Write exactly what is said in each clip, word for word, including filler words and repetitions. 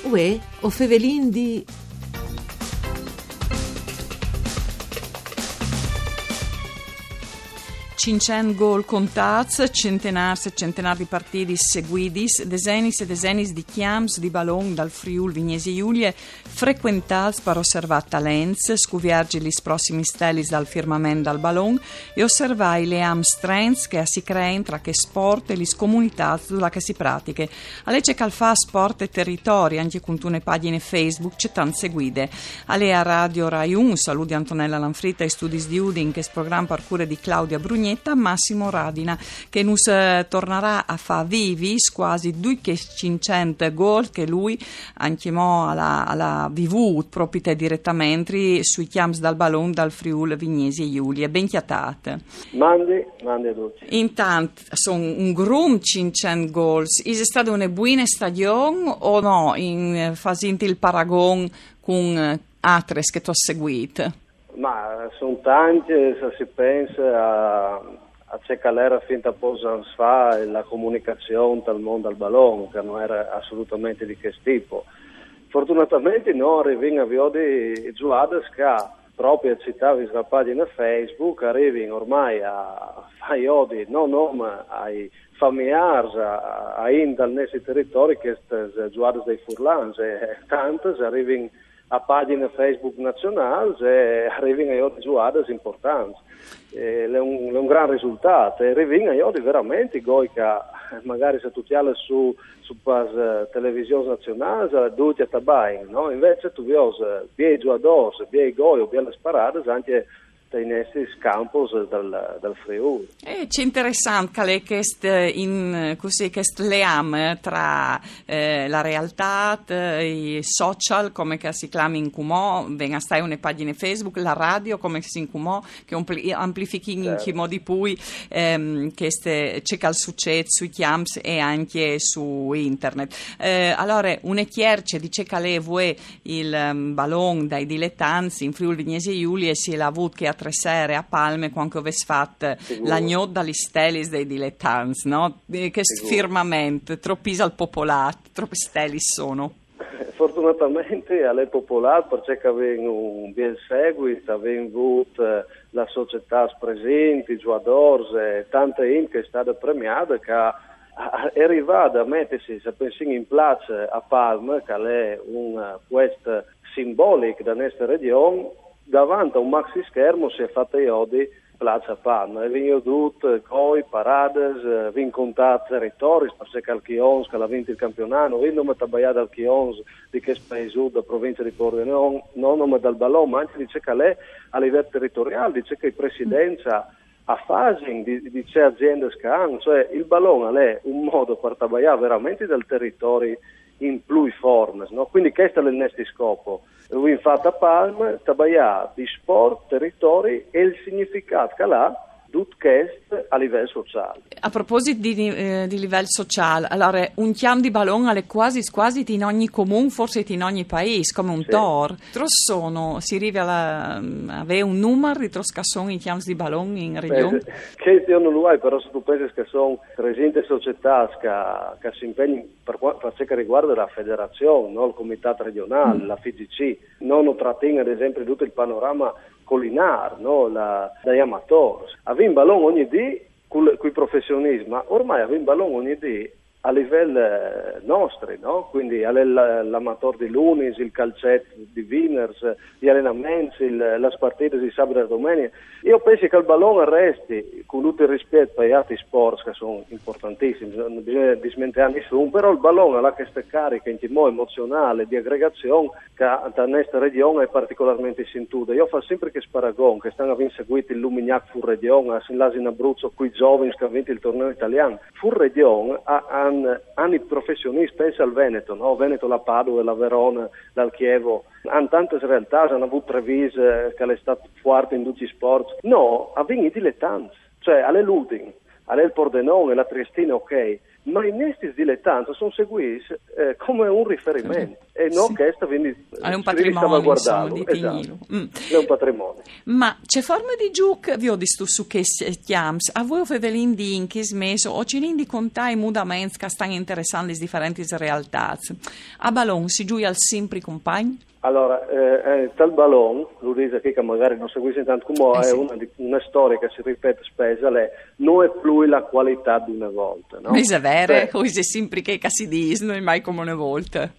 Uè, o Fevelin di... cinquecento gol contats, centenars e centenar di partiti seguidis, desenis e desenis di chiams di ballon dal Friul Vignesi Giulie, frequentals per osservar talents, scuviargi gli prossimi stellis dal firmament dal ballon e osservai le am strengths che si creano tra che sport e le comunità sulla che si pratiche. A legge calfa sport e territori, anche con tune pagine Facebook, c'è tante seguide. Ale a Radio Rai uno, saluti Antonella Lanfritta e Studis di Udin, che è il programma per cure di Claudia Brugnetta, Massimo Radina, che nus eh, tornerà a fa vivis quasi duecento gol che lui anche mo alla, alla vivu proprio direttamente sui chiams dal ballon dal Friul Vignesi e Giulie. Ben chiatate. Mandi, mandi a tutti. Intanto sono un grum cinquecento gols. È stata una buona stagione o no? In fasinti il paragon con altre che ti ho seguito? Ma sono tanti, se si pensa a, a c'è che era finta posa fa la comunicazione dal mondo al ballon, che non era assolutamente di che tipo. Fortunatamente noi arriviamo a vedere giocate che proprio citavi sulla pagina Facebook, arrivano ormai a fare odi, non nome ai familiari, a, a in dal nostro territorio, che sono giocate dei furlans, e tante arrivano a pagine Facebook nazionali e arrivano a giocate importanti. È un, è un gran risultato e arrivano a veramente goi che magari se tu ti alle su su pas televisione nazionale tutti a tabai, no? Invece tu vedi bei giocatori, bei goi o belle sparate anche dai nostri campus dal, dal Friuli. E c'è interessante che in così che leam tra eh, la realtà, i social come che si chiama in Cumò, venga stai una pagina Facebook, la radio come si in Cumò che ampli, amplifichi in certo. Chi modi poi ehm, che ste, c'è cal succede sui chiams e anche su internet. Eh, allora una chierce dice che le vuoi il um, ballon dai dilettanti in Friuli Vignesi Giulie si è avuto che a tre sere a Palme quando avessi fatto l'agnot dagli stelis dei dilettanti, no? Che firmamente, troppi al popolato, troppi stelis sono. Fortunatamente alle popolari perché avevano un bel seguito, avevano avuto la società presenti, i giocatori e tante in che è stata premiata che è arrivata a mettersi se pensi in piazza a Palme, che è un questo simbolico da nostra regione. Davanti a un maxi schermo si è fatta iodi Plaza Palma e vengono tutte coi parades, vi incontrate territori, perché al Chions che ha vinto il campionato, vi non mi tabbaiate al Chions di che paese da provincia di Pordenone, non nome dal ballon, ma anche dice che lei a livello territoriale, dice che il presidenza a fasi di, di c'è aziende che hanno, cioè il ballon è un modo per tabbaiare veramente dal territorio in più forme, no? Quindi questo è il nostro scopo. Lui infatti a Palma tabaia di sport, territori e il significato che ha tutto questo a livello sociale. A proposito di, eh, di livello sociale, allora un chiam di ballon è quasi quasi in ogni comune, forse in ogni paese, come un sì. tor. Tros sono, si arriva a avere un numero di tros che sono i chiams di ballon in regione? Che io non lo hai, però se tu pensi che sono trecento società che, che si impegnano per, per ciò che riguarda la federazione, no? Il comitato regionale, mm. la F I G C, non trattiene ad esempio tutto il panorama collinare, no? La, dagli amatori. Avviamo ballon ogni dì con i professionisti, ma ormai avviamo ballon ogni dì a livello nostri, no? Quindi l'amatore di lunis, il calcetto di Wieners, gli allenamenti, il, le partite di sabato e domenica. Io penso che il ballone resti, con tutto il rispetto per gli altri sport che sono importantissimi, non bisogna dismentare nessuno, però il ballone ha questa carica intimo emozionale di aggregazione che da nostra regione è particolarmente sentita. Io faccio sempre che sparagon, che stanno a vincere seguito il Lumignac fu regione, a in Abruzzo, qui giovani che hanno vinto il torneo italiano. Fu regione hanno i professionisti, pensa al Veneto, no? Veneto, la Padova, la Verona, l'Al Chievo, hanno tante realtà, hanno avuto Treviso che è stato forte in tutti i sport. No, avvengono i dilettanti, cioè alle Luding, alle Pordenone, la Triestina, ok, ma i nostri dilettanti sono seguiti eh, come un riferimento. e non sì. che sta quindi è un patrimonio, insomma, di Tignilo. Esatto. Mm. È un patrimonio. Ma c'è forma di giuc, vi ho detto su che chiams, a voi fevelin di in che smesso, o ci di contai mudaments che stanno interessando le differenti realtà. A Ballon si giuia al simpri compagni? Allora, eh, eh, tal Ballon, lo dice che magari non seguisce tanto come eh è sì. una, di, una storia che si ripete spesso, è non è più la qualità di una volta, no? Mi sa vero, Cioè, o è sempre che si dice, non è mai come una volta.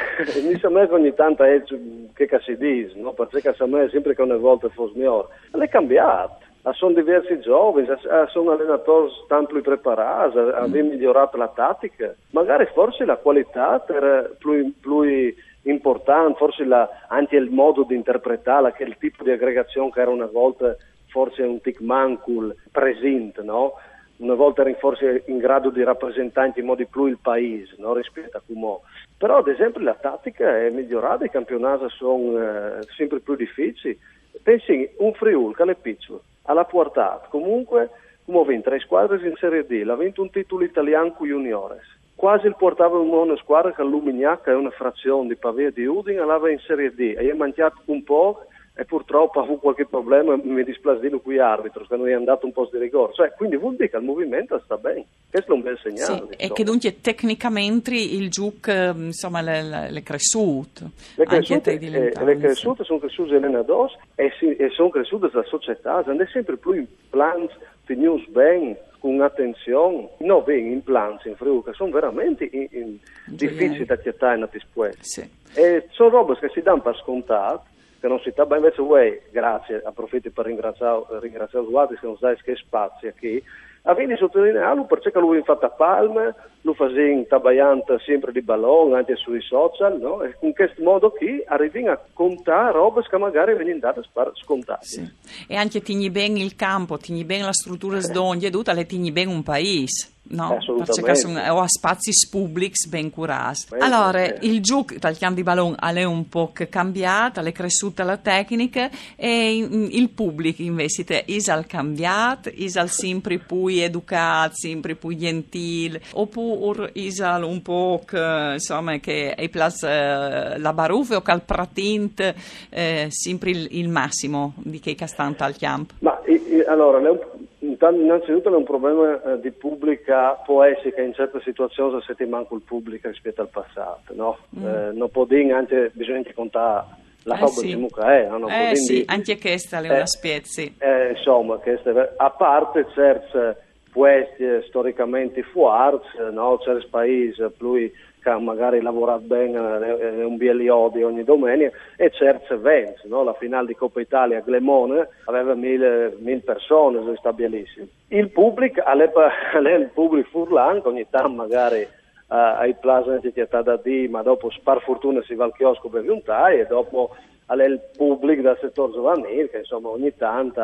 mi sembra che ogni tanto è che si dice, no? Perché a me è sempre che una volta fosse migliore. È cambiato. Sono diversi giovani, sono allenatori tanto più preparati, hanno mm. migliorato la tattica. Magari forse la qualità era più, più importante, forse la, anche il modo di interpretarla, che il tipo di aggregazione che era una volta forse un tic mancul presente, no? Una volta era forse in grado di rappresentare in modi più il paese, no? Rispetto a come. Però ad esempio la tattica è migliorata, i campionati sono eh, sempre più difficili. Pensi, un Friuli che è piccolo, alla portata, comunque, come ha vinto tre squadre in Serie D, l'ha vinto un titolo italiano con juniores. Quasi il portava una squadra che Lumignac, che è una frazione di Pavia di Udine, l'aveva in Serie D e gli è mangiato un po' e purtroppo ha avuto qualche problema e mi dispiace qui arbitro, che non è andato un po' di rigore. Cioè, quindi vuol dire che il movimento sta bene. Questo è un bel segnale. Sì, e che dunque tecnicamente il Giuc insomma le, le cresciuto. Le cresciute, eh, le cresciute sono cresciute allenatori e, si, e sono cresciute da società, sono sempre più in plans di news bene, con attenzione, non ben in plans in Friuli, che sono veramente in, in difficili da accettare in attispuè. Sì. E sono robe che si danno per scontate, che non si sta bene, invece voi, grazie, approfitto per ringraziare, ringraziare gli altri che non sai che spazio qui, avete sottolineato perché lui ha fatto a Palma, lo faceva tabayante sempre di Ballon, anche sui social, no? E in questo modo qui arriviamo a contare robe che magari vengono date per scontate. Sì. E anche tigni bene il campo, tigni bene la struttura sdogna e tutta, le tigni bene un paese. No, perché sono o a spazi pubblici ben curati. Beh, allora, eh. il gioco dal campo di Ballon è un po' cambiato, è cresciuta la tecnica e il pubblico invece è al cambiato, è al sempre più educato, sempre più gentile, oppure è un po' che, insomma, che è plus, eh, la baruffa o che al pratint eh, sempre il, il massimo di che castanta al campo. Ma i, allora, innanzitutto è un problema eh, di pubblica, può essere che in certe situazioni se ti manca il pubblico rispetto al passato, no? Mm. Eh, non può dire, anche bisogna anche contare la eh roba sì. di che è, no? Non eh sì, dire, anche questa è eh, una specie. Eh, insomma, questa è, a parte certe queste storicamente fuori, no? Certi paesi più che magari lavorato bene eh, un bieliodio ogni domenica e certi eventi, no? La finale di Coppa Italia a Glemone aveva mille, mille persone, sta bellissimo. Il pubblico, è il pubblico furlan, ogni tanto magari uh, ai plaza di città da D, ma dopo per fortuna si va al chiosco per giuntare e dopo è il pubblico del settore giovanile che insomma ogni tanto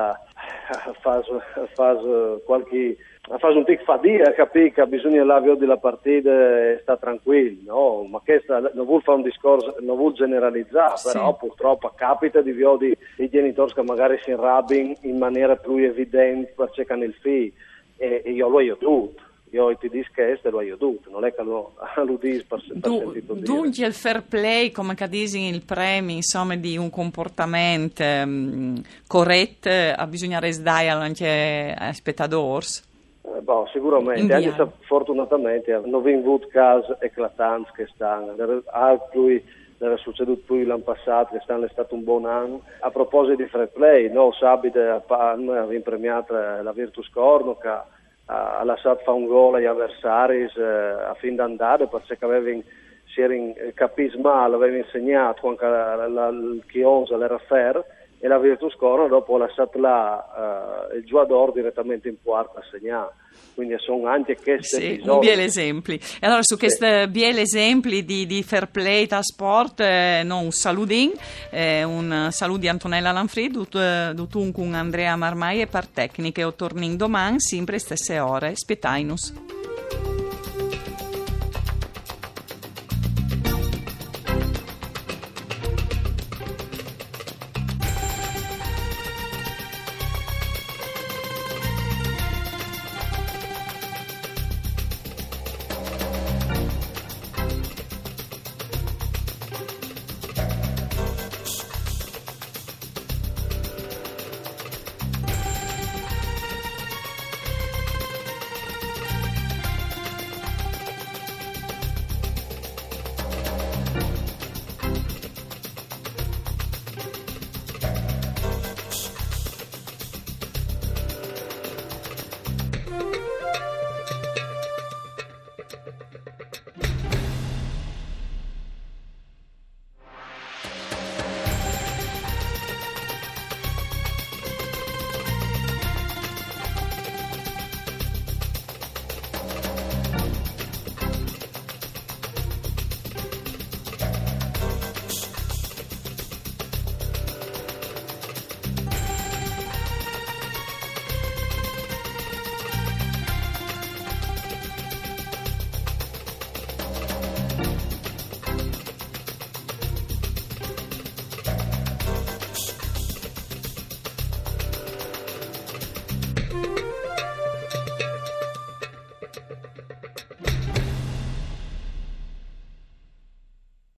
fa, fa qualche fa un tic fadia, capì che bisogna l'avvio della partita e sta tranquillo, no? Ma questa non vuol fare un discorso, non vuol generalizzare, sì. Però purtroppo capita di vedi i genitori che magari si arrabbiano in maniera più evidente per cercare il figlio e, e io lo aiuto. Io ti dico che lo aiuto, non è che lo, lo dico per, per du, sentito dire. Dunque il fair play, come che dici il premio, insomma, di un comportamento um, corretto, bisogna restare anche ai spettatori? Eh, boh, sicuramente, anche se fortunatamente non vi avuto casi eclatanti che stanno, altri era succeduto più l'anno passato che stanno è stato un buon anno. A proposito di fair play, no, sabato a Palma abbiamo premiato la Virtus Corno che ha lasciato fare un gol agli avversari eh, a fin d'andare perché aveva si era capito male, aveva insegnato quando la, la, il Chionza l'era fair e la Virtus Corno dopo ha lasciato là uh, il giocatore direttamente in porta a segnare. Quindi sono anche questi sì, episodi. Un biel esempi. E allora su questi sì. biel esempi di, di fair play da sport, eh, no, un saludin, eh, un saluto di Antonella Lanfrid, tutto con Andrea Marmai e per tecniche o tornin domani, sempre stesse ore, spettainus.